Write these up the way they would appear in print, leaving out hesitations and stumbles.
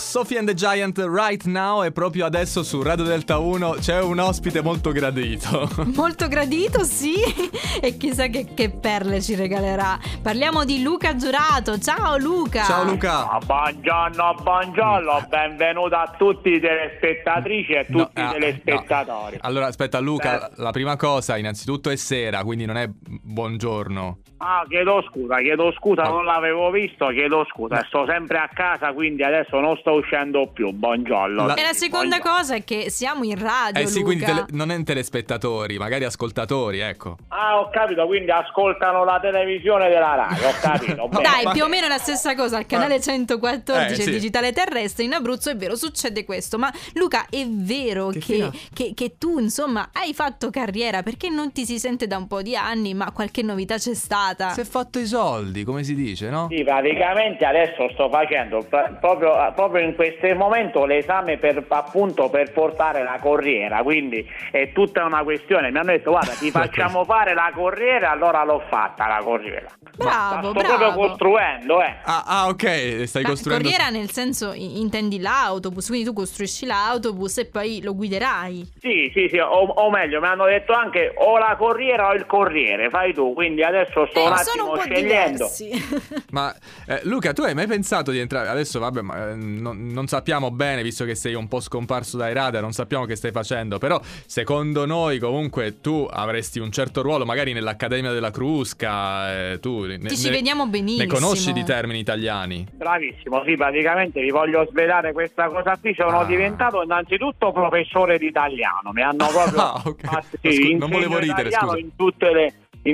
Sophie and the Giant Right Now, e proprio adesso su Radio Delta 1 c'è un ospite molto gradito. Molto gradito, sì. E chissà che perle ci regalerà. Parliamo di Luca Giurato. Ciao Luca. Ciao Luca. Buongiorno, benvenuto a tutti i telespettatrici e tutti i telespettatori. No. Allora aspetta Luca, la prima cosa innanzitutto è sera, quindi non è buongiorno. Chiedo scusa, non l'avevo visto, chiedo scusa, sto sempre a casa, quindi adesso non sto uscendo più, buongiorno. E la seconda cosa è che siamo in radio, sì, Luca. quindi non è telespettatori, magari ascoltatori, ecco. Ho capito, quindi ascoltano la televisione della radio, ho capito. Dai, più o meno la stessa cosa al canale 114 sì. Digitale Terrestre in Abruzzo, è vero, succede questo. Ma Luca, è vero che tu insomma hai fatto carriera, perché non ti si sente da un po' di anni, ma qualche novità c'è stata? Si è fatto i soldi, come si dice, no? Sì, praticamente adesso sto facendo proprio in questo momento l'esame per portare la corriera, quindi è tutta una questione. Mi hanno detto guarda, ti facciamo fare la corriera, allora l'ho fatta la corriera. Bravo, sto proprio costruendo, ok, stai costruendo. Corriera nel senso intendi l'autobus, quindi tu costruisci l'autobus e poi lo guiderai. Sì, o meglio, mi hanno detto anche o la corriera o il corriere, fai tu, quindi adesso sto un attimo sono un po' scegliendo. diversi. Ma Luca, tu hai mai pensato di entrare? Adesso vabbè, ma, non sappiamo bene, visto che sei un po' scomparso dai radar, non sappiamo che stai facendo, però secondo noi comunque tu avresti un certo ruolo magari nell'Accademia della Crusca, ci vediamo benissimo. Ne conosci di termini italiani? Bravissimo, sì, praticamente vi voglio svelare questa cosa qui. Sono diventato innanzitutto professore di italiano, mi hanno proprio okay. Non volevo ridere, scusa. In tutte le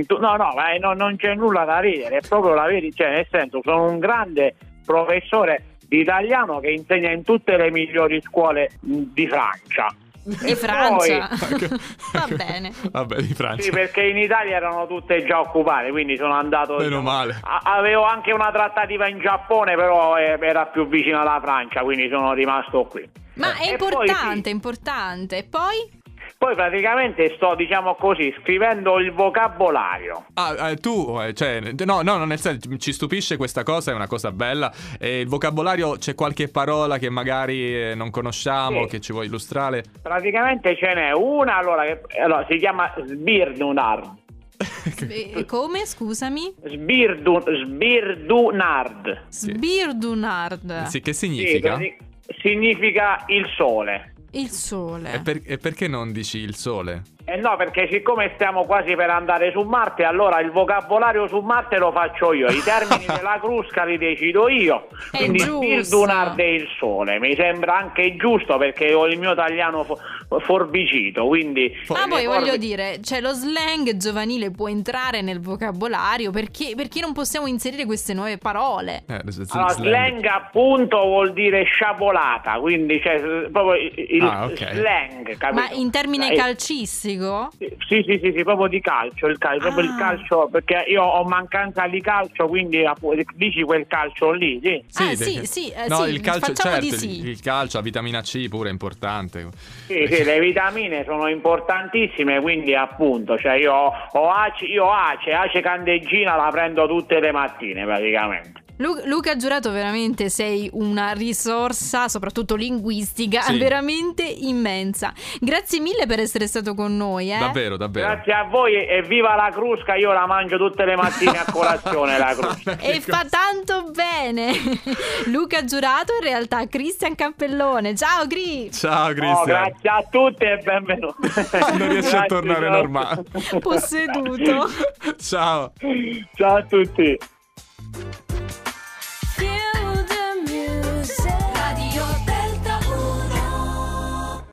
non c'è nulla da ridere, è proprio la verità, cioè nel senso sono un grande professore di italiano che insegna in tutte le migliori scuole di Francia. Di Francia? Va bene. Vabbè, di Francia. Sì, perché in Italia erano tutte già occupate, quindi sono andato. Meno male. Avevo anche una trattativa in Giappone, però era più vicino alla Francia, quindi sono rimasto qui. Ma è importante. E poi? Poi praticamente sto, diciamo così, scrivendo il vocabolario. No, nel senso, ci stupisce questa cosa, è una cosa bella. Il vocabolario, c'è qualche parola che magari non conosciamo, che ci vuoi illustrare? Praticamente ce n'è una, allora si chiama sbirdunard. Come, scusami? Sbirdunard. Sbirdunard. Sì, che significa? Significa il sole. Il sole. E perché non dici il sole? No, perché siccome stiamo quasi per andare su Marte, allora il vocabolario su Marte lo faccio io, i termini della Crusca li decido io. Quindi Sbirdunard è il sole, mi sembra anche giusto perché ho il mio italiano forbicito, quindi. Poi voglio dire, cioè lo slang giovanile può entrare nel vocabolario, perché non possiamo inserire queste nuove parole? Allora, slang appunto vuol dire sciabolata, quindi c'è proprio il slang, capito? Ma in termine calcistico? Sì, proprio di calcio, proprio il calcio, perché io ho mancanza di calcio, quindi dici quel calcio lì, sì. Il calcio, facciamo certo, di sì. il calcio, la vitamina C pure è importante. Sì, le vitamine sono importantissime, quindi appunto, cioè io ho ace candeggina, la prendo tutte le mattine praticamente. Luca Giurato, veramente sei una risorsa, soprattutto linguistica, veramente immensa. Grazie mille per essere stato con noi. Davvero. Grazie a voi e viva la Crusca, io la mangio tutte le mattine a colazione la Crusca. E fa tanto bene. Luca Giurato, in realtà Cristian Cappellone. Ciao Cristian. Grazie a tutti e benvenuti. Non riesce a tornare normale. Posseduto. Ciao a tutti.